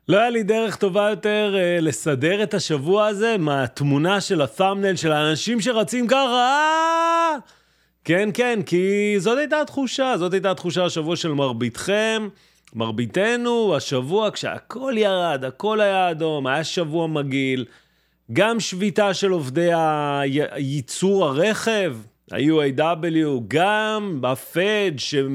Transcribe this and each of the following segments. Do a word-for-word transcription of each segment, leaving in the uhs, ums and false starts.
לא היה לי דרך טובה יותר אה, לסדר את השבוע הזה מהתמונה של הת'אמנל של האנשים שרצים ככה. אה! כן, כן, כי זאת הייתה התחושה, זאת הייתה התחושה השבוע של מרביתכם, מרביתנו, השבוע כשהכל ירד, הכל היה אדום, היה שבוע מגעיל, גם שביתה של עובדי הייצור הרכב, ה-יו איי דאבליו, גם ב-פד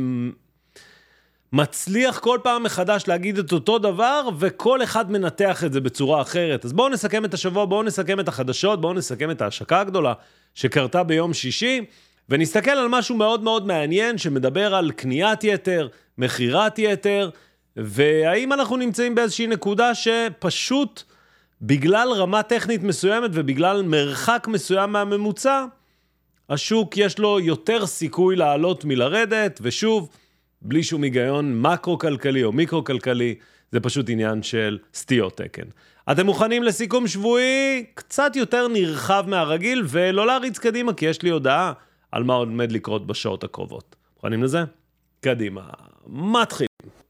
שמצליח כל פעם מחדש להגיד את אותו דבר, וכל אחד מנתח את זה בצורה אחרת. אז בואו נסכם את השבוע, בואו נסכם את החדשות, בואו נסכם את ההשקה הגדולה שקרתה ביום שישי, ונסתכל על משהו מאוד מאוד מעניין שמדבר על קניית יתר, מחירת יתר, והאם אנחנו נמצאים באיזושהי נקודה שפשוט בגלל רמה טכנית מסוימת ובגלל מרחק מסוים מהממוצע, השוק יש לו יותר סיכוי לעלות מלרדת, ושוב, בלי שום היגיון מקרו-כלכלי או מיקרו-כלכלי, זה פשוט עניין של סטיות תקן. אתם מוכנים לסיכום שבועי קצת יותר נרחב מהרגיל, ולא להריץ קדימה, כי יש לי הודעה על מה עומד לקרות בשעות הקרובות. מוכנים לזה? קדימה. מתחיל.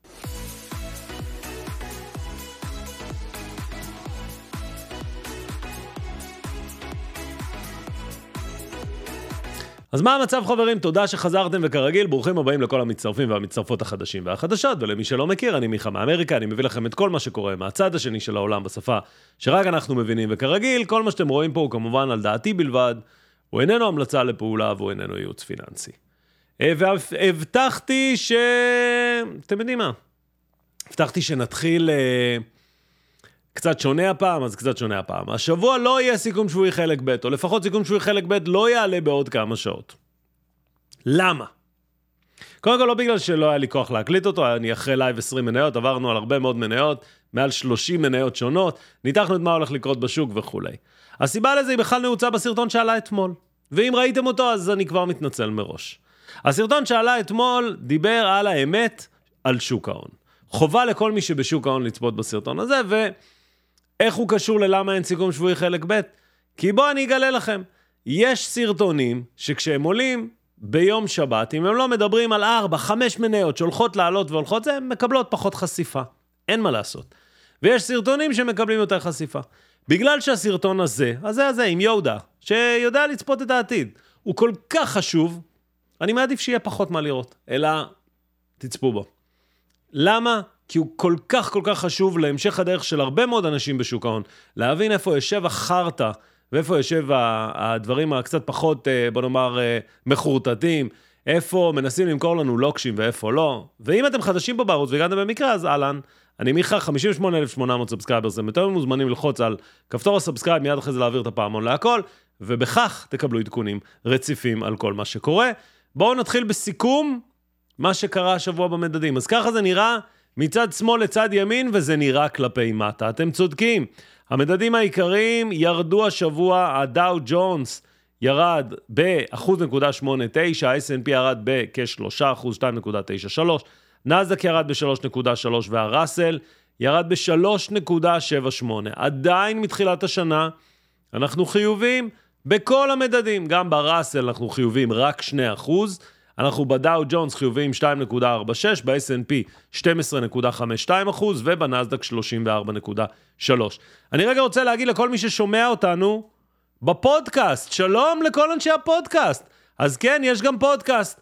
אז מה המצב חברים? תודה שחזרתם וכרגיל, ברוכים הבאים לכל המצטרפים והמצטרפות החדשים והחדשות, ולמי שלא מכיר, אני מיכה מאמריקה, אני מביא לכם את כל מה שקורה מהצד השני של העולם בשפה שרק אנחנו מבינים, וכרגיל, כל מה שאתם רואים פה הוא כמובן על דעתי בלבד, הוא איננו המלצה לפעולה והוא איננו ייעוץ פיננסי. והבטחתי ש... אתם יודעים מה? הבטחתי שנתחיל קצת שונה הפעם, אז קצת שונה הפעם. השבוע לא יהיה סיכום שבועי חלק ב', או לפחות סיכום שבועי חלק ב' לא יעלה בעוד כמה שעות. למה? קודם כל לא בגלל שלא היה לי כוח להקליט אותו, אני אחרי לייב עשרים מניות, עברנו על הרבה מאוד מניות, מעל שלושים מניות שונות, ניתחנו את מה הולך לקרות בשוק וכו'. הסיבה לזה היא בכלל נעוצה בסרטון שעלה אתמול, ואם ראיתם אותו אז אני כבר מתנצל מראש. הסרטון שעלה אתמול דיבר על האמת על שוק ההון. חובה לכל מי שבשוק ההון לצפות בסרטון הזה, ואיך הוא קשור ללמה אין סיכום שבועי חלק ב'? כי בוא אני אגלה לכם, יש סרטונים שכשהם עולים ביום שבת, אם הם לא מדברים על ארבע, חמש מניות שהולכות לעלות והולכות, זה מקבלות פחות חשיפה. אין מה לעשות. ויש סרטונים שמקבלים יותר חשיפה. בגלל שהסרטון הזה, הזה הזה עם יהודה, שיודע לצפות את העתיד, הוא כל כך חשוב, אני מעדיף שיהיה פחות מה לראות, אלא תצפו בו. למה? כי הוא כל כך כל כך חשוב להמשך הדרך של הרבה מאוד אנשים בשוק ההון, להבין איפה יושב החרטה, ואיפה יושב הדברים הקצת פחות, בוא נאמר, מחורטטים, איפה מנסים למכור לנו לוקשים ואיפה לא. ואם אתם חדשים פה בערוץ והגעתם במקרה, אז אהלן, אני מיכה חמישים ושמונה אלף ושמונה מאות סאבסקרייברס, אתם יותר מוזמנים ללחוץ על כפתור הסאבסקרייב, מיד אחרי זה להעביר את הפעמון להכל, ובכך תקבלו עדכונים רציפים על כל מה שקורה. בואו נתחיל בסיכום מה שקרה השבוע במדדים. אז ככה זה נראה מצד שמאל לצד ימין, וזה נראה כלפי מטה. אתם צודקים. המדדים העיקריים ירדו השבוע, הדאו ג'ונס ירד ב-אחוז נקודה שמונה תשע, ה-אס אנד פי ירד בכ-שלושה אחוז, שתיים נקודה תשע שלוש, נאסדק ירד ב-שלוש נקודה שלוש, והראסל ירד ב-שלוש נקודה שבע שמונה. עדיין מתחילת השנה אנחנו חיובים בכל המדדים. גם בראסל אנחנו חיובים רק שני אחוז, אנחנו בדאו ג'ונס חיובים שתיים נקודה ארבע שש, ב-אס אנד פי שתים עשרה נקודה חמש שתיים אחוז, ובנאסדק שלושים וארבע נקודה שלוש. אני רגע רוצה להגיד לכל מי ששומע אותנו בפודקאסט, שלום לכל אנשי הפודקאסט. אז כן, יש גם פודקאסט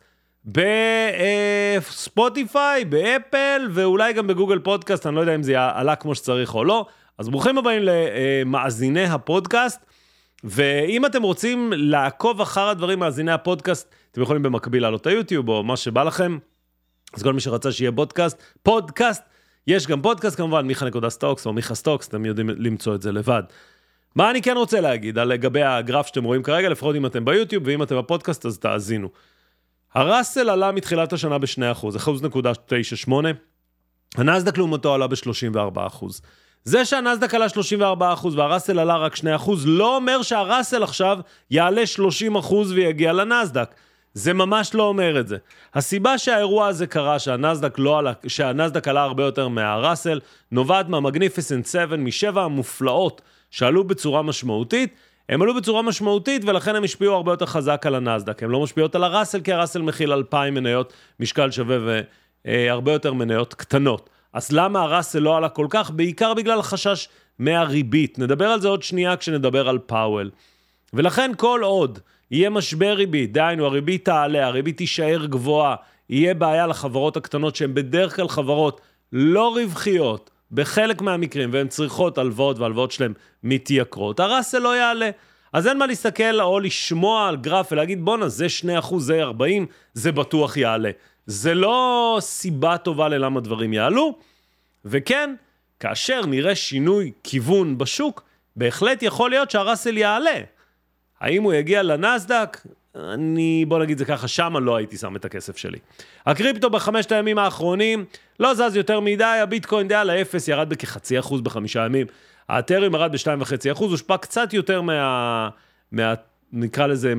בספוטיפיי, באפל, ואולי גם בגוגל פודקאסט, אני לא יודע אם זה עלה כמו שצריך או לא. אז ברוכים הבאים למאזיני הפודקאסט, ואם אתם רוצים לעקוב אחר הדברים מאזיני הפודקאסט, אתם יכולים במקביל לעלות היוטיוב או מה שבא לכם. אז כל מי שרצה שיהיה פודקאסט, פודקאסט, יש גם פודקאסט כמובן, מיכה נקודה סטוקס או מיכה סטוקס, אתם יודעים למצוא את זה לבד. מה אני כן רוצה להגיד על לגבי הגרף שאתם רואים כרגע, לפחות אם אתם ביוטיוב, ואם אתם בפודקאסט אז תאזינו. הראסל עלה מתחילת השנה ב-שני אחוז, אחוז נקודה תשע שמונה, הנאסדק לעומתו עלה ב-שלושים וארבעה אחוז. זה שהנאסדק עלה שלושים וארבעה אחוז והראסל עלה רק שני אחוז, לא אומר שהראסל עכשיו יעלה שלושים אחוז ויגיע לנאסדק. זה ממש לא אומר את זה. הסיבה שהאירוע הזה קרה, שהנאסדק, לא עלה, שהנאסדק עלה הרבה יותר מהראסל, נובעת מהמגניפיסנט שבע, משבע המופלאות שעלו בצורה משמעותית. הם עלו בצורה משמעותית ולכן הם השפיעו הרבה יותר חזק על הנאסדק. הם לא משפיעות על הראסל כי הראסל מכיל אלפיים מניות, משקל שווה והרבה יותר מניות קטנות. אז למה הרסל לא עלה כל כך? בעיקר בגלל החשש מהריבית. נדבר על זה עוד שנייה כשנדבר על פאוול. ולכן כל עוד יהיה משבר ריבית, דהיינו הריבית תעלה, הריבית תישאר גבוהה, יהיה בעיה לחברות הקטנות שהן בדרך כלל חברות לא רווחיות בחלק מהמקרים, והן צריכות הלוואות והלוואות שלהן מתייקרות, הרסל לא יעלה. אז אין מה להסתכל או לשמוע על גרף ולהגיד בונה זה שני אחוז, זה ארבעים, זה בטוח יעלה. זה לא סיבה טובה ללמה דברים יעלו, וכן, כאשר נראה שינוי כיוון בשוק, בהחלט יכול להיות שהרסל יעלה. האם הוא יגיע לנסדק? אני, בוא נגיד זה ככה, שמה לא הייתי שם את הכסף שלי. הקריפטו בחמשת הימים האחרונים לא זז יותר מדי, הביטקוין די על האפס, ירד בכחצי אחוז בחמישה ימים, האתריום ירד בשתיים וחצי אחוז, הושפע קצת יותר מה, מה נקרא לזה,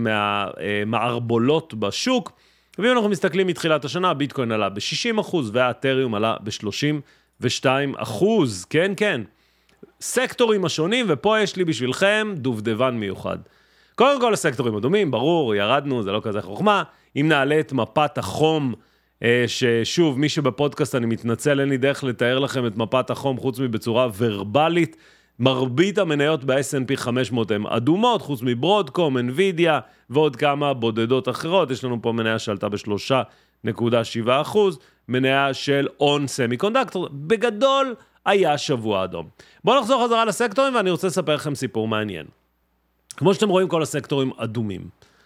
מהמערבולות בשוק, ואם אנחנו מסתכלים מתחילת השנה, הביטקוין עלה ב-שישים אחוז, והאתריום עלה ב-שלושים ושתיים אחוז, כן, כן. סקטורים השונים, ופה יש לי בשבילכם דובדבן מיוחד. קודם כל הסקטורים הדומים, ברור, ירדנו, זה לא כזה חוכמה. אם נעלה את מפת החום, ששוב, מי שבפודקאסט אני מתנצל, אין לי דרך לתאר לכם את מפת החום, חוץ מבצורה ורבלית, מרבית המניות ב-אס אנד פי חמש מאות הן אדומות, חוץ מברודקום, אנווידיה, ועוד כמה בודדות אחרות. יש לנו פה מניה שעלתה ב-שלוש נקודה שבע אחוז, מניה של און סמיקונדקטור. בגדול היה שבוע אדום. בואו נחזור חזרה לסקטורים, ואני רוצה לספר לכם סיפור מעניין. כמו שאתם רואים, כל הסקטורים אדומים.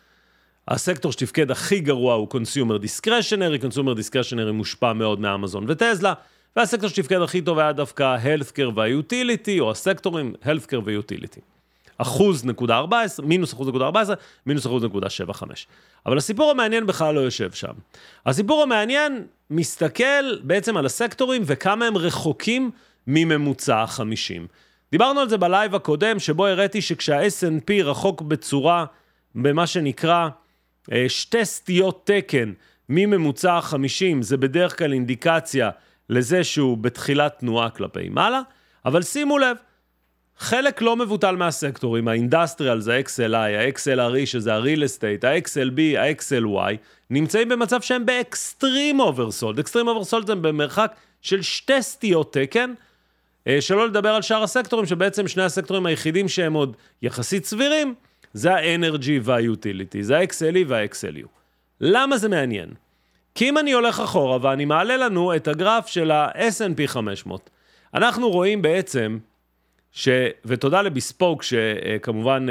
הסקטור שתפקד הכי גרוע הוא Consumer Discretionary, Consumer Discretionary מושפע מאוד מאמזון וטסלה, והסקטור שתפקד הכי טוב היה דווקא Healthcare וה-Utility, או הסקטורים Healthcare ו-Utility. אחוז נקודה ארבע עשרה, מינוס אחוז נקודה ארבע עשרה, מינוס אחוז נקודה שבע חמש. אבל הסיפור המעניין בכלל לא יושב שם. הסיפור המעניין מסתכל בעצם על הסקטורים וכמה הם רחוקים מממוצע החמישים. דיברנו על זה בלייב הקודם, שבו הראיתי שכשה-אס אנד פי רחוק בצורה, במה שנקרא, שתי סטיות תקן מממוצע החמישים, זה בדרך כלל אינדיקציה לזה שהוא בתחילת תנועה כלפי מעלה, אבל שימו לב, חלק לא מבוטל מהסקטורים, האינדסטריאל זה ה-אקס אל איי, ה-אקס אל אר אי שזה ה-Real Estate, ה-אקס אל בי, ה-אקס אל וואי, נמצאים במצב שהם באקסטרים אוברסולד. אקסטרים אוברסולד הם במרחק של שתי סטיות תקן, שלא לדבר על שאר הסקטורים, שבעצם שני הסקטורים היחידים שהם עוד יחסית סבירים, זה ה-Energy וה-Utility, זה ה-אקס אל אי וה-אקס אל יו. למה זה מעניין? כי אם אני הולך אחורה ואני מעלה לנו את הגרף של ה-אס אנד פי חמש מאות, אנחנו רואים בעצם, ש... ותודה לבספוק שכמובן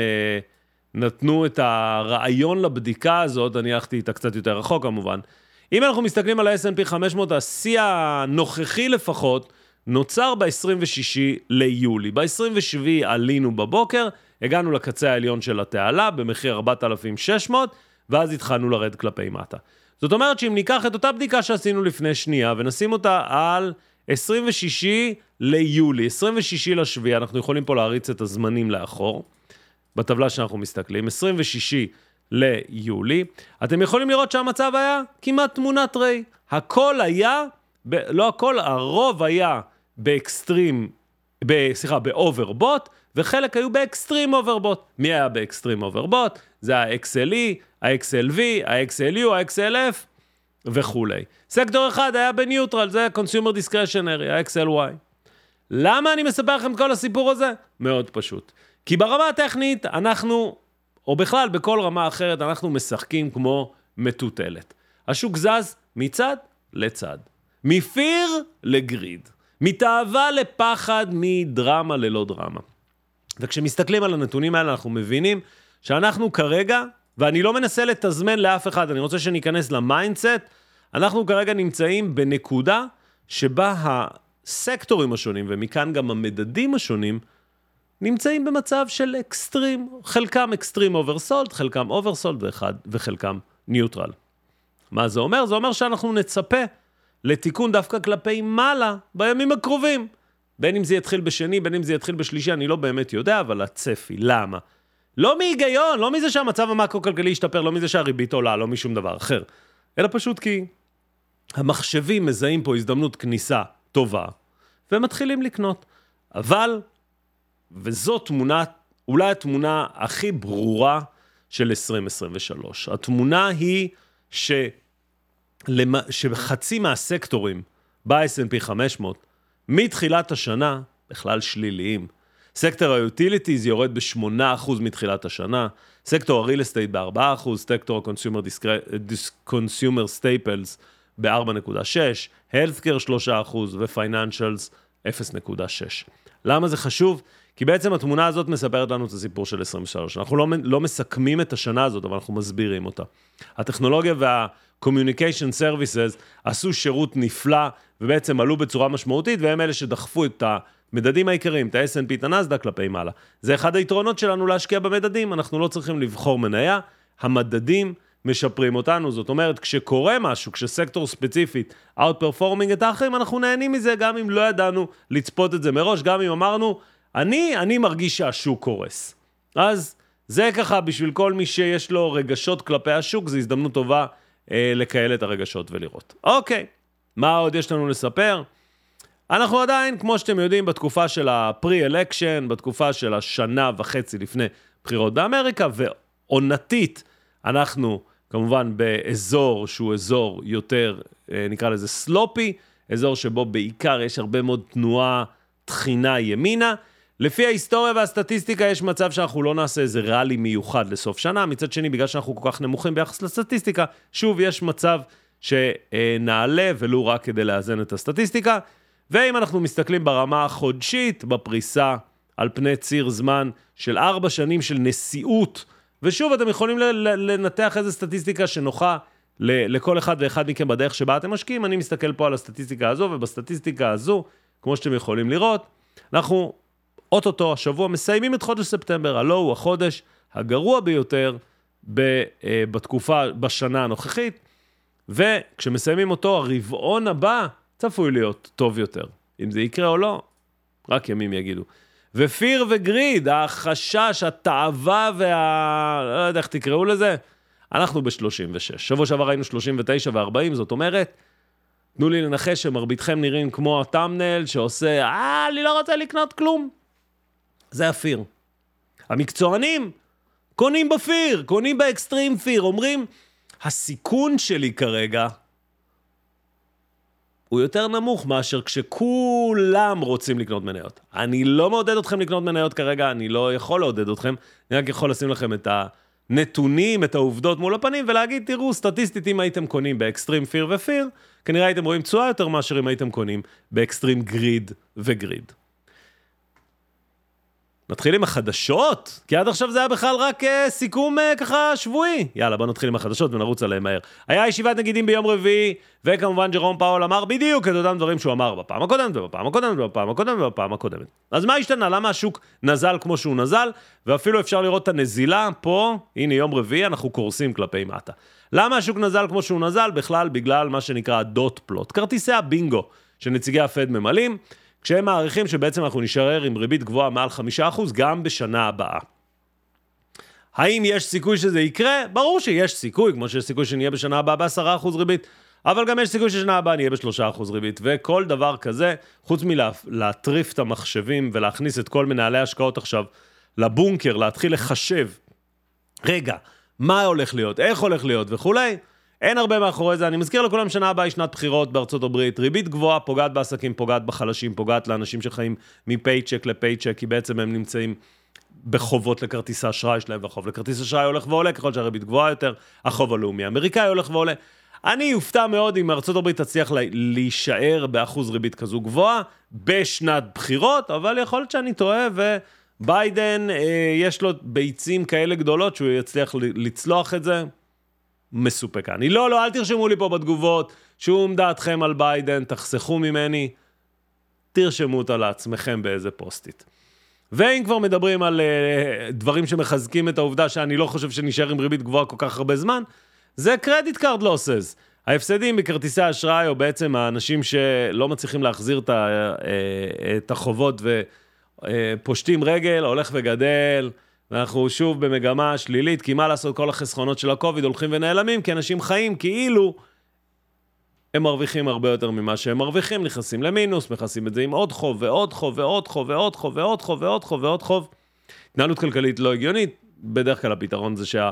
נתנו את הרעיון לבדיקה הזאת, אני הלכתי איתה קצת יותר רחוק כמובן, אם אנחנו מסתכלים על ה-אס אנד פי חמש מאות, השיא הנוכחי לפחות, נוצר ב-עשרים ושישה ליולי. ב-עשרים ושבעה עלינו בבוקר, הגענו לקצה העליון של התעלה, במחיר ארבעת אלפים ושש מאות, ואז התחלנו לרד כלפי מטה. זאת אומרת שאם ניקח את אותה בדיקה שעשינו לפני שנייה, ונשים אותה על עשרים ושישה ליולי, עשרים ושישה לשביעי, אנחנו יכולים פה להריץ את הזמנים לאחור, בטבלה שאנחנו מסתכלים, עשרים ושישה ליולי, אתם יכולים לראות שהמצב היה כמעט תמונת ראי. הכל היה, ב, לא הכל, הרוב היה באקסטרים, ב, סליחה, באוברבוט, וחלק היו באקסטרים אוברבוט. מי היה באקסטרים אוברבוט? זה ה-אקס אל אי, ה-אקס אל וי, ה-אקס אל יו, ה-אקס אל אף וכו'. סקטור אחד היה בניוטרל, זה Consumer Discretionary, ה-אקס אל וואי. למה אני מספר לכם את כל הסיפור הזה? מאוד פשוט. כי ברמה הטכנית אנחנו, או בכלל בכל רמה אחרת, אנחנו משחקים כמו מטוטלת. השוק זז מצד לצד. מפיר לגריד. מתאהבה לפחד, מדרמה ללא דרמה. וכשמסתכלים על הנתונים האלה, אנחנו מבינים שאנחנו כרגע, ואני לא מנסה לתזמן לאף אחד, אני רוצה שניכנס למיינדסט, אנחנו כרגע נמצאים בנקודה שבה הסקטורים השונים, ומכאן גם המדדים השונים, נמצאים במצב של אקסטרים, חלקם אקסטרים אוברסולד, חלקם אוברסולד ואחד, וחלקם ניוטרל. מה זה אומר? זה אומר שאנחנו נצפה לתיקון דווקא כלפי מעלה בימים הקרובים. בין אם זה יתחיל בשני, בין אם זה יתחיל בשלישי, אני לא באמת יודע, אבל הצפי. למה? לא מהיגיון, לא מזה שהמצב המקרו-כלכלי ישתפר, לא מזה שהריבית עולה, לא משום דבר אחר. אלא פשוט כי המחשבים מזהים פה הזדמנות כניסה טובה, ומתחילים לקנות. אבל, וזו תמונה, אולי התמונה הכי ברורה של עשרים עשרים ושלוש. התמונה היא ש... שבחצי מהסקטורים ב-אס אנד פי חמש מאות, מתחילת השנה, בכלל שליליים. סקטור ה-Utilities יורד ב-שמונה אחוז מתחילת השנה, סקטור ה-Real Estate ב-ארבעה אחוז, סקטור ה-Consumer Staples ב-ארבע נקודה שש, Healthcare שלושה אחוז ו-Financials אפס נקודה שש. למה זה חשוב? כי בעצם התמונה הזאת מספרת לנו את הסיפור של עשרים ושלוש. אנחנו לא, לא מסכמים את השנה הזאת, אבל אנחנו מסבירים אותה. הטכנולוגיה וה-Communication Services עשו שירות נפלא, ובעצם עלו בצורה משמעותית, והם אלה שדחפו את המדדים העיקריים, את ה-אס אנד פי, את הנאסד"ק כלפי מעלה. זה אחד היתרונות שלנו להשקיע במדדים, אנחנו לא צריכים לבחור מניה, המדדים משפרים אותנו, זאת אומרת, כשקורה משהו, כשסקטור ספציפית outperforming את האחרים, אנחנו נהנים מזה, גם אם לא ידענו לצפות את זה מראש, גם אם אמרנו, אני, אני מרגיש שהשוק קורס. אז זה ככה, בשביל כל מי שיש לו רגשות כלפי השוק, זו הזדמנות טובה אה, לקהל את הרגשות ולראות. אוקיי, מה עוד יש לנו לספר? אנחנו עדיין, כמו שאתם יודעים, בתקופה של הפרי-אלקשן, בתקופה של השנה וחצי לפני בחירות באמריקה, ועונתית, אנחנו כמובן באזור שהוא אזור יותר, אה, נקרא לזה סלופי, אזור שבו בעיקר יש הרבה מאוד תנועה, תחינה ימינה. לפי ההיסטוריה והסטטיסטיקה יש מצב שאנחנו לא נעשה איזה ראלי מיוחד לסוף שנה, מצד שני בגלל שאנחנו כל כך נמוכים ביחס לסטטיסטיקה, שוב יש מצב שנעלה ולו רק כדי לאזן את הסטטיסטיקה, ואם אנחנו מסתכלים ברמה החודשית, בפריסה על פני ציר זמן של ארבע שנים של נשיאות, ושוב אתם יכולים לנתח איזה סטטיסטיקה שנוחה לכל אחד ואחד מכם בדרך שבה אתם משקיעים, אני מסתכל פה על הסטטיסטיקה הזו, ובסטטיסטיקה הזו, כמו שאתם יכולים לראות, אנחנו אוטוטו השבוע מסיימים את חודש ספטמבר, הלא הוא החודש הגרוע ביותר בתקופה, בשנה הנוכחית, וכשמסיימים אותו, הרבעון הבא צפוי להיות טוב יותר. אם זה יקרה או לא, רק ימים יגידו. ופיר וגריד, החשש, התאווה וה... לא יודע איך תקראו לזה, אנחנו ב-שלושים ושש. שבוע שעבר היינו שלושים ותשע ו-ארבעים, זאת אומרת, תנו לי לנחש שמרביתכם נראים כמו הטאמנל שעושה, אה, אני לא רוצה לקנות כלום. זה הפיר. המקצוענים קונים בפיר, קונים באקסטרים פיר, אומרים, הסיכון שלי כרגע הוא יותר נמוך מאשר כשכולם רוצים לקנות מניות. אני לא מעודד אתכם לקנות מניות כרגע, אני לא יכול לעודד אתכם, אני רק יכול לשים לכם את הנתונים, את העובדות מול הפנים, ולהגיד, תראו, סטטיסטית, אם הייתם קונים באקסטרים פיר ופיר, כנראה הייתם רואים תשואה יותר מאשר אם הייתם קונים באקסטרים גריד וגריד. נתחיל עם החדשות, כי עד עכשיו זה היה בכלל רק uh, סיכום uh, ככה שבועי. יאללה, בוא נתחיל עם החדשות ונרוץ עליהם מהר. היה ישיבת נגידים ביום רביעי, וכמובן ג'רום פאול אמר בדיוק את אותם דברים שהוא אמר בפעם הקודמת, ובפעם הקודמת, ובפעם הקודמת, ובפעם הקודמת. אז מה השתנה? למה השוק נזל כמו שהוא נזל? ואפילו אפשר לראות את הנזילה פה, הנה יום רביעי, אנחנו קורסים כלפי מטה. למה השוק נזל כמו שהוא נזל? בכלל בגלל מה שנקרא דוט פלוט. כרטיסי הבינגו שנציגי הפד ממלאים, כשהם מעריכים שבעצם אנחנו נשאר עם ריבית גבוהה מעל חמישה אחוז גם בשנה הבאה. האם יש סיכוי שזה יקרה? ברור שיש סיכוי, כמו שיש סיכוי שנהיה בשנה הבאה ב-עשרה אחוז ריבית, אבל גם יש סיכוי ששנה הבאה נהיה ב-שלושה אחוז ריבית, וכל דבר כזה, חוץ מלהטריף את המחשבים ולהכניס את כל מנהלי השקעות עכשיו לבונקר, להתחיל לחשב, רגע, מה הולך להיות, איך הולך להיות וכולי, אין הרבה מאחורי זה, אני מזכיר לכולם שנה הבאה היא שנת בחירות בארצות הברית, ריבית גבוהה פוגעת בעסקים, פוגעת בחלשים, פוגעת לאנשים שחיים מפייצ'ק לפייצ'ק, כי בעצם הם נמצאים בחובות לכרטיס האשראי שלהם, והחוב לכרטיס האשראי הולך ועולה, ככל שהריבית גבוהה יותר, החוב הלאומי האמריקאי הולך ועולה. אני אופתע מאוד אם ארצות הברית תצליח להישאר באחוז ריבית כזו גבוהה, בשנת בחירות, אבל יכול להיות שאני טועה, וביידן אה, יש לו ביצים כאלה גדולות, שהוא יצליח לצלוח את זה, מסופק. אני לא, לא, אל תרשמו לי פה בתגובות, שום דעתכם על ביידן, תחסכו ממני, תרשמו אותה לעצמכם באיזה פוסטית. ואם כבר מדברים על uh, דברים שמחזקים את העובדה שאני לא חושב שנשאר עם ריבית גבוהה כל כך הרבה זמן, זה קרדיט קארד לוסס. ההפסדים בכרטיסי האשראי, או בעצם האנשים שלא מצליחים להחזיר את, ה, את החובות ופושטים רגל, הולך וגדל, ואנחנו שוב במגמה שלילית, כי מה לעשות, כל החסכונות של הקוביד הולכים ונעלמים, כי אנשים חיים כאילו הם מרוויחים הרבה יותר ממה שהם מרוויחים, נכנסים למינוס, מכסים את זה עם עוד חוב ועוד חוב ועוד חוב ועוד חוב ועוד חוב ועוד חוב ועוד חוב. התנהלות כלכלית לא הגיונית, בדרך כלל הפתרון זה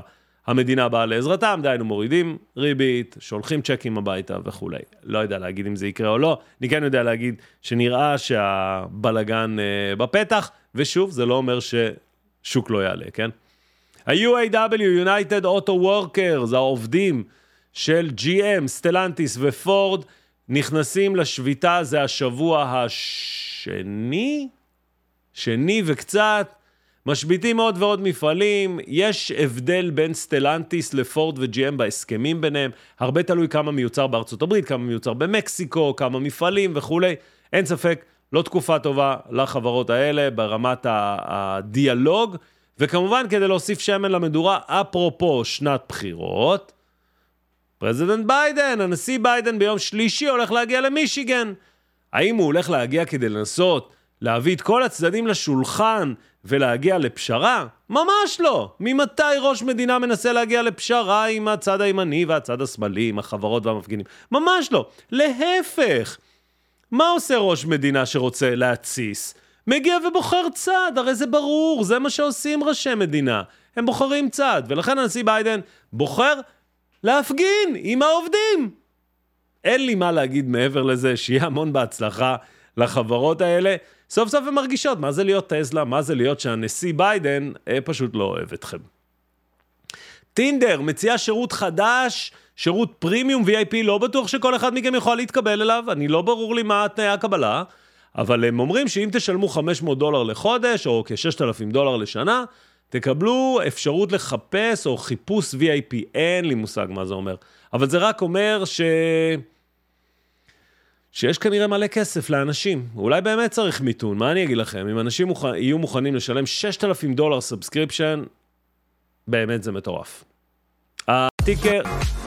המדינה באה לעזרתם, דיינו מורידים ריבית, שולחים צ'קים הביתה וכו'. לא יודע להגיד אם זה יקרה או לא, אני כן יודע להגיד שנראה שהבלגן אה, בפתח, ושוב, זה לא אומר ששוק לא יעלה, כן? ה-יו איי דאבליו, United Auto Workers, העובדים של ג'י אם, סטלנטיס ופורד, נכנסים לשביתה, זה השבוע השני, שני וקצת, משביתים עוד ועוד מפעלים, יש הבדל בין סטלנטיס לפורד וג'י אם בהסכמים ביניהם, הרבה תלוי כמה מיוצר בארצות הברית, כמה מיוצר במקסיקו, כמה מפעלים וכו'. אין ספק, לא תקופה טובה לחברות האלה ברמת הדיאלוג, וכמובן כדי להוסיף שמן למדורה, אפרופו שנת בחירות, פרזידנט ביידן, הנשיא ביידן ביום שלישי הולך להגיע למישיגן. האם הוא הולך להגיע כדי לנסות להביא את כל הצדדים לשולחן ולהגיע לפשרה? ממש לא. ממתי ראש מדינה מנסה להגיע לפשרה עם הצד הימני והצד השמאלי, עם החברות והמפגינים? ממש לא. להפך. מה עושה ראש מדינה שרוצה להציס? מגיע ובוחר צד, הרי זה ברור, זה מה שעושים ראשי מדינה. הם בוחרים צד, ולכן הנשיא ביידן בוחר להפגין עם העובדים. אין לי מה להגיד מעבר לזה, שיהיה המון בהצלחה לחברות האלה. סוף סוף הן מרגישות, מה זה להיות טסלה, מה זה להיות שהנשיא ביידן אה, פשוט לא אוהב אתכם. טינדר מציע שירות חדש, שירות פרימיום וי איי פי, לא בטוח שכל אחד מכם יכול להתקבל אליו, אני לא ברור לי מה תנאי הקבלה, אבל הם אומרים שאם תשלמו חמש מאות דולר לחודש, או כ-שישת אלפים דולר לשנה, תקבלו אפשרות לחפש או חיפוש וי איי פי, אין לי מושג מה זה אומר. אבל זה רק אומר ש... שיש כנראה מלא כסף לאנשים. אולי באמת צריך מיתון, מה אני אגיד לכם? אם אנשים מוכ... יהיו מוכנים לשלם שישת אלפים דולר סאבסקריפשן, באמת זה מטורף. הטיקר...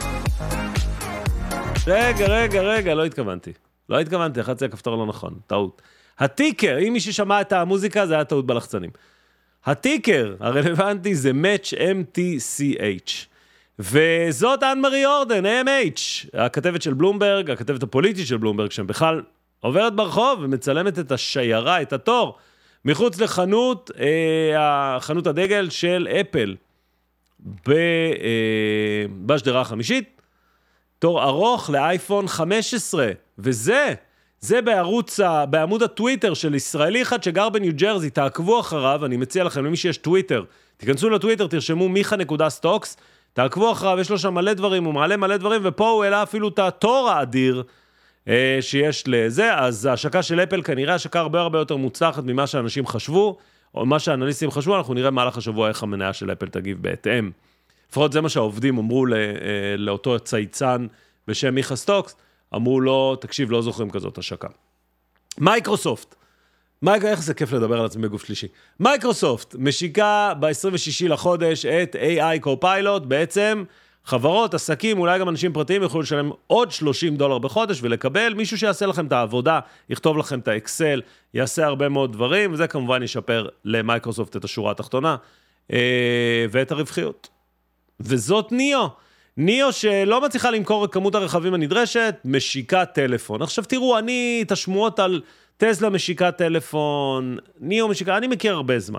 רגע, רגע, רגע, לא התכוונתי. לא התכוונתי, אחת זה הכפתור לא נכון, טעות. הטיקר, אם מי ששמע את המוזיקה, זה היה טעות בלחצנים. הטיקר הרלוונטי זה Match אם טי סי אייץ'. וזאת אן מרי אורדן, איי אם אייץ', הכתבת של בלומברג, הכתבת הפוליטית של בלומברג, שבכלל עוברת ברחוב ומצלמת את השיירה, את התור, מחוץ לחנות, אה, חנות הדגל של אפל, ב, אה, בשדרה החמישית, תור ארוך לאייפון חמש עשרה, וזה, זה בערוץ, בעמוד הטוויטר של ישראלי אחד שגר בניו ג'רזי, תעקבו אחריו, אני מציע לכם, למי שיש טוויטר, תיכנסו לטוויטר, תרשמו מיכה נקודה סטוקס, תעקבו אחריו, יש לו שם מלא דברים, הוא מעלה מלא דברים, ופה הוא העלה אפילו את התור האדיר אה, שיש לזה, אז ההשקה של אפל כנראה השקה הרבה הרבה יותר מוצלחת ממה שאנשים חשבו, או מה שהאנליסטים חשבו, אנחנו נראה מהלך השבוע איך המניה של אפל תגיב בהתאם. לפחות זה מה שהעובדים אמרו לא, לאותו צייצן בשם מיכה סטוקס, אמרו לו, תקשיב, לא זוכרים כזאת השקה. מייקרוסופט, מייקר, איך זה כיף לדבר על עצמי בגוף שלישי. מייקרוסופט משיקה ב-עשרים ושישי לחודש את איי איי Copilot, בעצם חברות, עסקים, אולי גם אנשים פרטיים יוכלו לשלם עוד שלושים דולר בחודש ולקבל מישהו שיעשה לכם את העבודה, יכתוב לכם את האקסל, יעשה הרבה מאוד דברים, וזה כמובן ישפר למייקרוסופט את השורה התחתונה ואת הרווחיות. וזאת ניאו. ניאו שלא מצליחה למכור את כמות הרכבים הנדרשת, משיקה טלפון. עכשיו תראו, אני, את השמועות על טסלה משיקה טלפון, ניאו משיקה, אני מכיר הרבה זמן.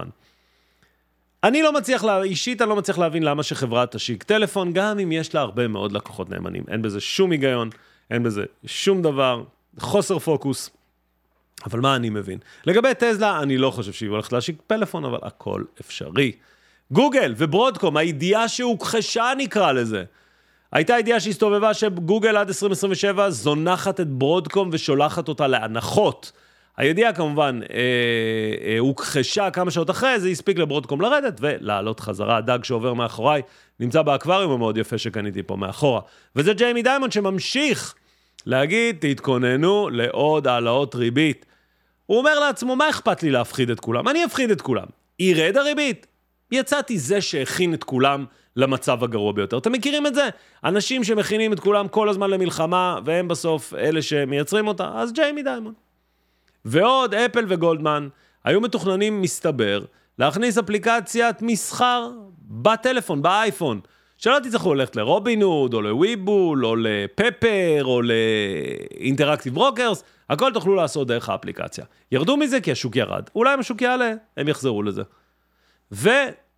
אני לא מצליח, לה, אישית אני לא מצליח להבין למה שחברה תשיק טלפון, גם אם יש לה הרבה מאוד לקוחות נאמנים. אין בזה שום היגיון, אין בזה שום דבר, חוסר פוקוס. אבל מה אני מבין? לגבי טסלה, אני לא חושב שהיא הולכת להשיק פלאפון, אבל הכל אפשרי. גוגל וברודקום, הידיעה שהוכחשה נקרא לזה. הייתה ידיעה שהסתובבה שגוגל עד עשרים עשרים ושבע זונחת את ברודקום ושולחת אותה להנחות. הידיעה כמובן אה, אה, הוכחשה כמה שעות אחרי, זה הספיק לברודקום לרדת ולעלות חזרה. הדג שעובר מאחוריי נמצא באקווריום המאוד יפה שקניתי פה מאחורה. וזה ג'יימי דיימונד שממשיך להגיד, תתכוננו לעוד העלאות ריבית. הוא אומר לעצמו, מה אכפת לי להפחיד את כולם? אני אפחיד את כולם. ירד הריבית. יצאתי זה שהכין את כולם למצב הגרוע ביותר. אתם מכירים את זה? אנשים שמכינים את כולם כל הזמן למלחמה, והם בסוף אלה שמייצרים אותה, אז ג'יימי דיימונד. ועוד אפל וגולדמן היו מתוכננים, מסתבר, להכניס אפליקציית מסחר בטלפון, באייפון, שלא תצטרכו ללכת לרובינוד, או לוויבול, או לפפר, או לאינטראקטיב ברוקרס, הכל תוכלו לעשות דרך האפליקציה. ירדו מזה כי השוק ירד. אולי אם השוק יעלה, הם יחזרו לזה.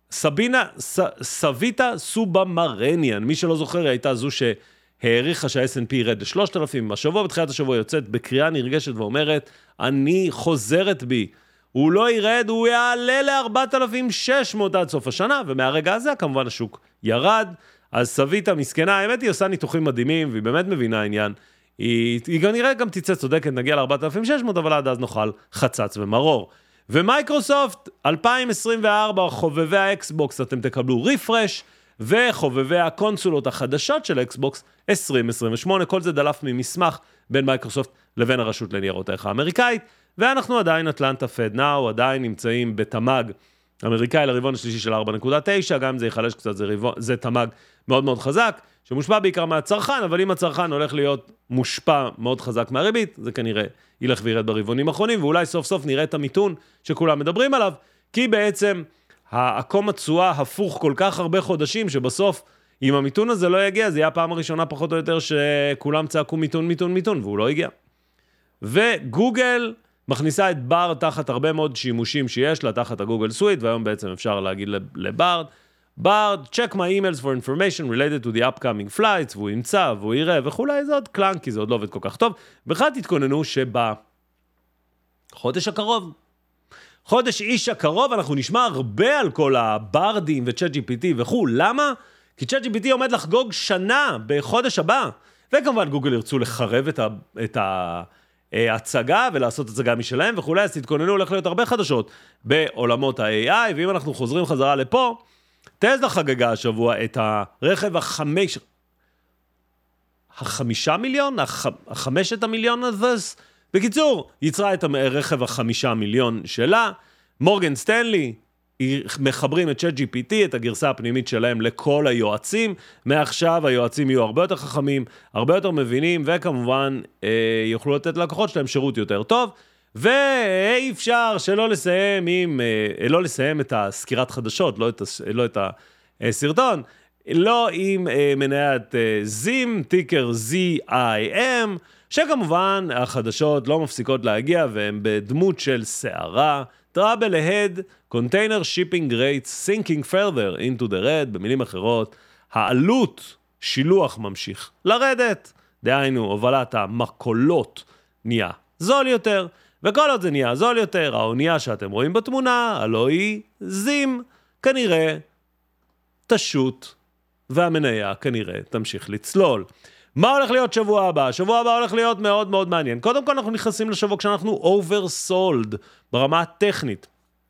סבינה, ס, סביטה סובמרניאן, מי שלא זוכר, היא הייתה זו שהעריכה שה-אס אנד פי ירד ל-שלושת אלפים, השבוע בתחילת השבוע יוצאת בקריאה נרגשת ואומרת, אני חוזרת בי, הוא לא ירד, הוא יעלה ל-ארבעת אלפים ושש מאות עד סוף השנה, ומהרגע הזה כמובן השוק ירד, אז סביטה מסכנה, האמת היא עושה ניתוחים מדהימים, והיא באמת מבינה העניין, היא, היא גם נראה גם תצא צודקת, נגיע ל-ארבעת אלפים ושש מאות, אבל עד אז נאכל חצץ ומרור. ומייקרוסופט, אלפיים עשרים וארבע, חובבי האקסבוקס, אתם תקבלו ריפרש, וחובבי הקונסולות החדשות של אקסבוקס, עשרים עשרים ושמונה, כל זה דלף ממסמך בין מייקרוסופט לבין הרשות לניירות הערך האמריקאית, ואנחנו עדיין אטלנטה פד נאו, עדיין נמצאים בתמ"ג אמריקאי לרבעון השלישי של ארבע נקודה תשע, גם אם זה יחלש קצת, זה, רבעון, זה תמ"ג מאוד מאוד חזק, שמושפע בעיקר מהצרכן, אבל אם הצרכן הולך להיות מושפע מאוד חזק מהריבית, זה כנראה ילך וירד ברבעונים האחרונים, ואולי סוף סוף נראה את המיתון שכולם מדברים עליו, כי בעצם העקום התשואה הפוך כל כך הרבה חודשים, שבסוף, אם המיתון הזה לא יגיע, זה יהיה הפעם הראשונה פחות או יותר שכולם צעקו מיתון, מיתון, מיתון, והוא לא הגיע. וגוגל מכניסה את בארד תחת הרבה מאוד שימושים שיש לה, תחת הגוגל סוויט, והיום בעצם אפשר להגיד לבארד, בארד, check my emails for information related to the upcoming flights, והוא ימצא, והוא יראה, וכולי, זה עוד קלנקי, זה עוד לא עובד כל כך טוב. בכלל תתכוננו שבחודש הקרוב, חודש איש הקרוב, אנחנו נשמע הרבה על כל הברדים ו-צ'אט ג'י פי טי וכו'. למה? כי צ'אט ג'י פי טי עומד לחגוג שנה בחודש הבא, וכמובן גוגל ירצו לחרב את ה... את ה הצגה ולעשות הצגה משלהם וכולי, אז תתכוננו, הולך להיות הרבה חדשות בעולמות ה-איי איי, ואם אנחנו חוזרים חזרה לפה, טסלה חגגה השבוע את הרכב החמש, החמישה מיליון, הח... החמשת המיליון הזה, בקיצור, יצרה את הרכב החמישה מיליון שלה, מורגן סטנלי, מחברים את צ'אט ג'י פי טי, את הגרסה הפנימית שלהם לכל היועצים, מעכשיו היועצים יהיו הרבה יותר חכמים, הרבה יותר מבינים, וכמובן אה, יוכלו לתת לקוחות שלהם שירות יותר טוב, ואי אפשר שלא לסיים עם, אה, לא לסיים את הסקירת חדשות, לא את, לא את הסרטון, לא עם אה, מניית אה, זים, טיקר זי איי אם, שכמובן החדשות לא מפסיקות להגיע, והן בדמות של שערה, trouble ahead, container shipping rates sinking further into the red, במילים אחרות, העלות שילוח ממשיך לרדת, דהיינו, הובלת המקולות נהיה זול יותר, וכל עוד זה נהיה זול יותר, האונייה שאתם רואים בתמונה, הלא היא זים, כנראה תשוט, והמניה כנראה תמשיך לצלול. מה הולך להיות שבוע הבא? שבוע הבא הולך להיות מאוד מאוד מעניין. קודם כל אנחנו נכנסים לשבוע כשאנחנו oversold ברמה הטכנית.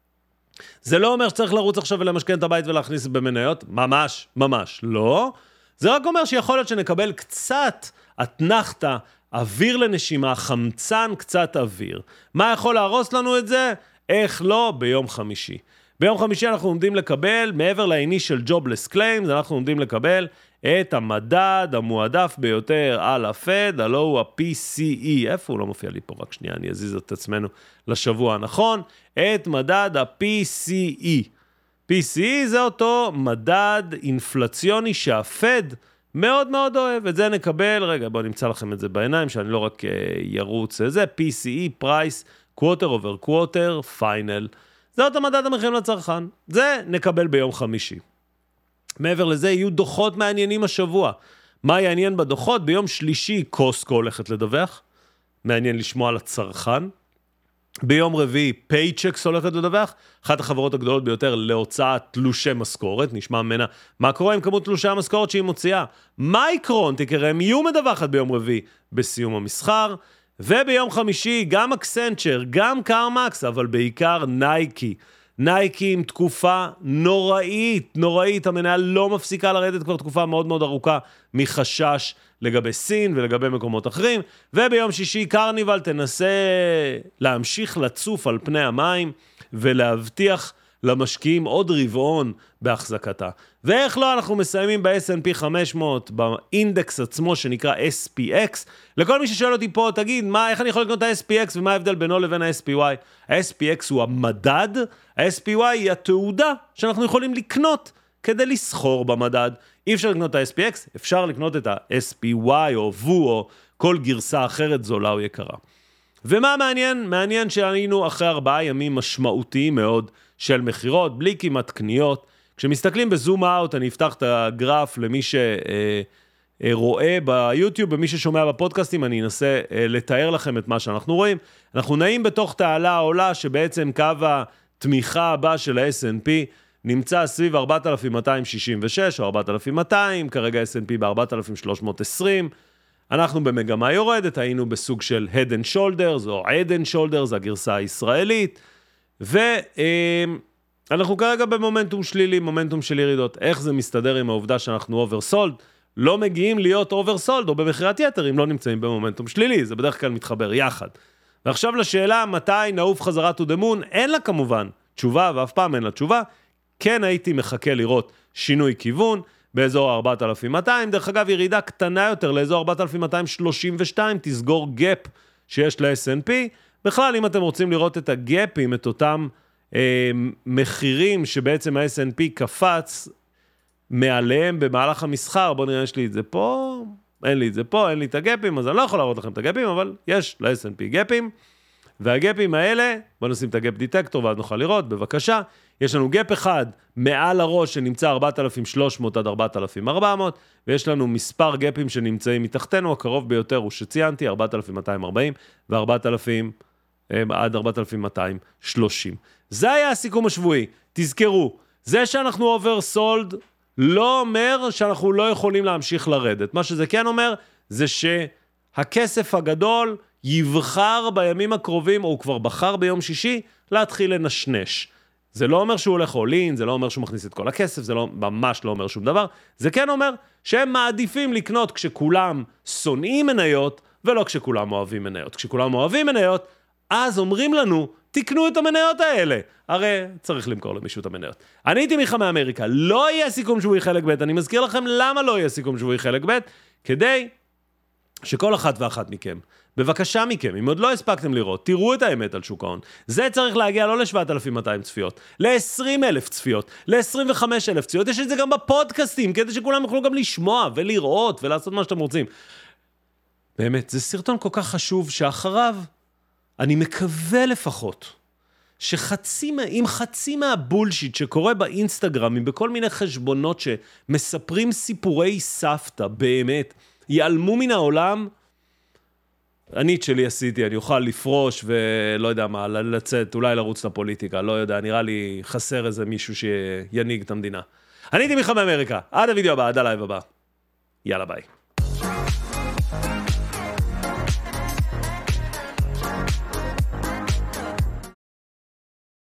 זה לא אומר שצריך לרוץ עכשיו ולמשכן את הבית ולהכניס במניות, ממש, ממש, לא. זה רק אומר שיכול להיות שנקבל קצת אתנחתה, אוויר לנשימה, חמצן קצת אוויר. מה יכול להרוס לנו את זה? איך לא? ביום חמישי. ביום חמישי אנחנו עומדים לקבל, מעבר לעיני של jobless claims, אנחנו עומדים לקבל את המדד המועדף ביותר על הפד, הלא הוא ה-פי סי אי, איפה הוא לא מופיע לי פה? רק שנייה, אני אזיז את עצמנו לשבוע הנכון, את מדד ה-פי סי אי. פי סי אי זה אותו מדד אינפלציוני שהפד מאוד מאוד אוהב, את זה נקבל, רגע בואו נמצא לכם את זה בעיניים, שאני לא רק ירוץ, זה פי סי אי, Price, Quarter over Quarter, Final, זה אותו מדד המחירים לצרכן, זה נקבל ביום חמישי. מעבר לזה יהיו דוחות מעניינים השבוע. מה יעניין בדוחות? ביום שלישי קוסקו הולכת לדווח, מעניין לשמוע על הצרכן. ביום רביעי פייצ'קס הולכת לדווח, אחת החברות הגדולות ביותר להוצאת תלושי משכורת, נשמע ממנה מה קורה עם כמות תלושי המשכורת שהיא מוציאה. מייקרון, תקרם, יהיו מדווחת ביום רביעי בסיום המסחר, וביום חמישי גם אקסנצ'ר, גם קארמקס, אבל בעיקר נייקי. נייקי עם תקופה נוראית, נוראית, המניה לא מפסיקה לרדת כבר תקופה מאוד מאוד ארוכה מחשש לגבי סין ולגבי מקומות אחרים, וביום שישי קרניבל תנסה להמשיך לצוף על פני המים ולהבטיח למשקיעים עוד רבעון בהחזקתה. ואיך לא, אנחנו מסיימים ב-אס אנד פי חמש מאות, באינדקס עצמו שנקרא אס פי אקס. לכל מי ששואל אותי פה, תגיד, מה, איך אני יכול לקנות את ה-אס פי אקס ומה ההבדל בינו לבין ה-אס פי וואי? ה-אס פי אקס הוא המדד, ה-אס פי וואי היא התעודה שאנחנו יכולים לקנות כדי לסחור במדד. אי אפשר לקנות את ה-אס פי אקס, אפשר לקנות את ה-אס פי וואי או וו או כל גרסה אחרת זולה או יקרה. ומה מעניין? מעניין שהיינו אחרי ארבעה ימים משמעותיים מאוד של מחירות, בלי כמעט קניות, כשמסתכלים בזום אאוט, אני אפתח את הגרף למי שרואה ביוטיוב, ומי ששומע בפודקאסטים, אני אנסה לתאר לכם את מה שאנחנו רואים. אנחנו נעים בתוך תעלה העולה, שבעצם קו התמיכה הבא של ה-אס אנד פי, נמצא סביב ארבעת אלפים מאתיים שישים ושש או ארבעת אלפים מאתיים, כרגע אס אנד פי ב-ארבעת אלפים שלוש מאות ועשרים, אנחנו במגמה יורדת, היינו בסוג של Head and Shoulders, או Head and Shoulders, הגרסה הישראלית, ואנחנו כרגע במומנטום שלילי, מומנטום של ירידות. איך זה מסתדר עם העובדה שאנחנו אוברסולד? לא מגיעים להיות אוברסולד, או במחירת יתר, אם לא נמצאים במומנטום שלילי, זה בדרך כלל מתחבר יחד. ועכשיו לשאלה, מתי נעוף חזרה to the moon? אין לה כמובן תשובה, ואף פעם אין לה תשובה. כן הייתי מחכה לראות שינוי כיוון, באזור ארבעת אלפים מאתיים, דרך אגב ירידה קטנה יותר לאזור ארבעת אלפים מאתיים שלושים ושתיים, תסגור גאפ שיש ל-אס אנד פי, בכלל אם אתם רוצים לראות את הגאפים, את אותם אה, מחירים שבעצם ה-אס אנד פי קפץ מעליהם במהלך המסחר, בואו נראה, יש לי את זה פה, אין לי את זה פה, אין לי את הגאפים, אז אני לא יכול להראות לכם את הגאפים, אבל יש ל-אס אנד פי גאפים, והגאפים האלה, בואו נשים את הגאפ דיטקטור ואז נוכל לראות, בבקשה, יש לנו גאפ אחד מעל הראש שנמצא ארבעת אלפים ושלוש מאות עד ארבעת אלפים וארבע מאות, ויש לנו מספר גאפים שנמצאים מתחתנו, הקרוב ביותר הוא שציינתי, ארבעת אלפים מאתיים וארבעים ו-ארבעת אלפים עד ארבעת אלפים מאתיים ושלושים. זה היה הסיכום השבועי, תזכרו, זה שאנחנו אוברסולד לא אומר שאנחנו לא יכולים להמשיך לרדת, מה שזה כן אומר זה שהכסף הגדול יבחר בימים הקרובים, או הוא כבר בחר ביום שישי, להתחיל לנשנש. זה לא אומר שהוא הולך אולין, זה לא אומר שהוא מכניס את כל הכסף, זה לא, ממש לא אומר שום דבר. זה כן אומר שהם מעדיפים לקנות כשכולם שונאים מניות, ולא כשכולם אוהבים מניות. כשכולם אוהבים מניות, אז אומרים לנו, תקנו את המניות האלה. הרי צריך למכור למישהו את המניות. אני הייתי מיכה מאמריקה, לא יהיה סיכום שבועי חלק ב', אני מזכיר לכם למה לא יהיה סיכום שבועי חלק ב', כדי שכל אחת ואחת מכם, בבקשה מכם, אם עוד לא הספקתם לראות, תראו את האמת על שוק ההון. זה צריך להגיע לא ל-שבעת אלפים מאתיים צפיות, ל-עשרים אלף צפיות, ל-עשרים וחמישה אלף צפיות. יש את זה גם בפודקאסטים, כדי שכולם יוכלו גם לשמוע ולראות ולעשות מה שאתם רוצים. באמת, זה סרטון כל כך חשוב שאחריו, אני מקווה לפחות, שחצי, אם חצי מהבולשיט שקורה באינסטגרמים, בכל מיני חשבונות שמספרים סיפורי סבתא, באמת, ייעלמו מן העולם, אני את שלי עשיתי, אני אוכל לפרוש ולא יודע מה, לצאת, אולי לרוץ לפוליטיקה, לא יודע, נראה לי חסר איזה מישהו שינהיג את המדינה. אני הייתי מיכה מאמריקה, עד הוידאו הבא, עד הלייב הבא. יאללה ביי.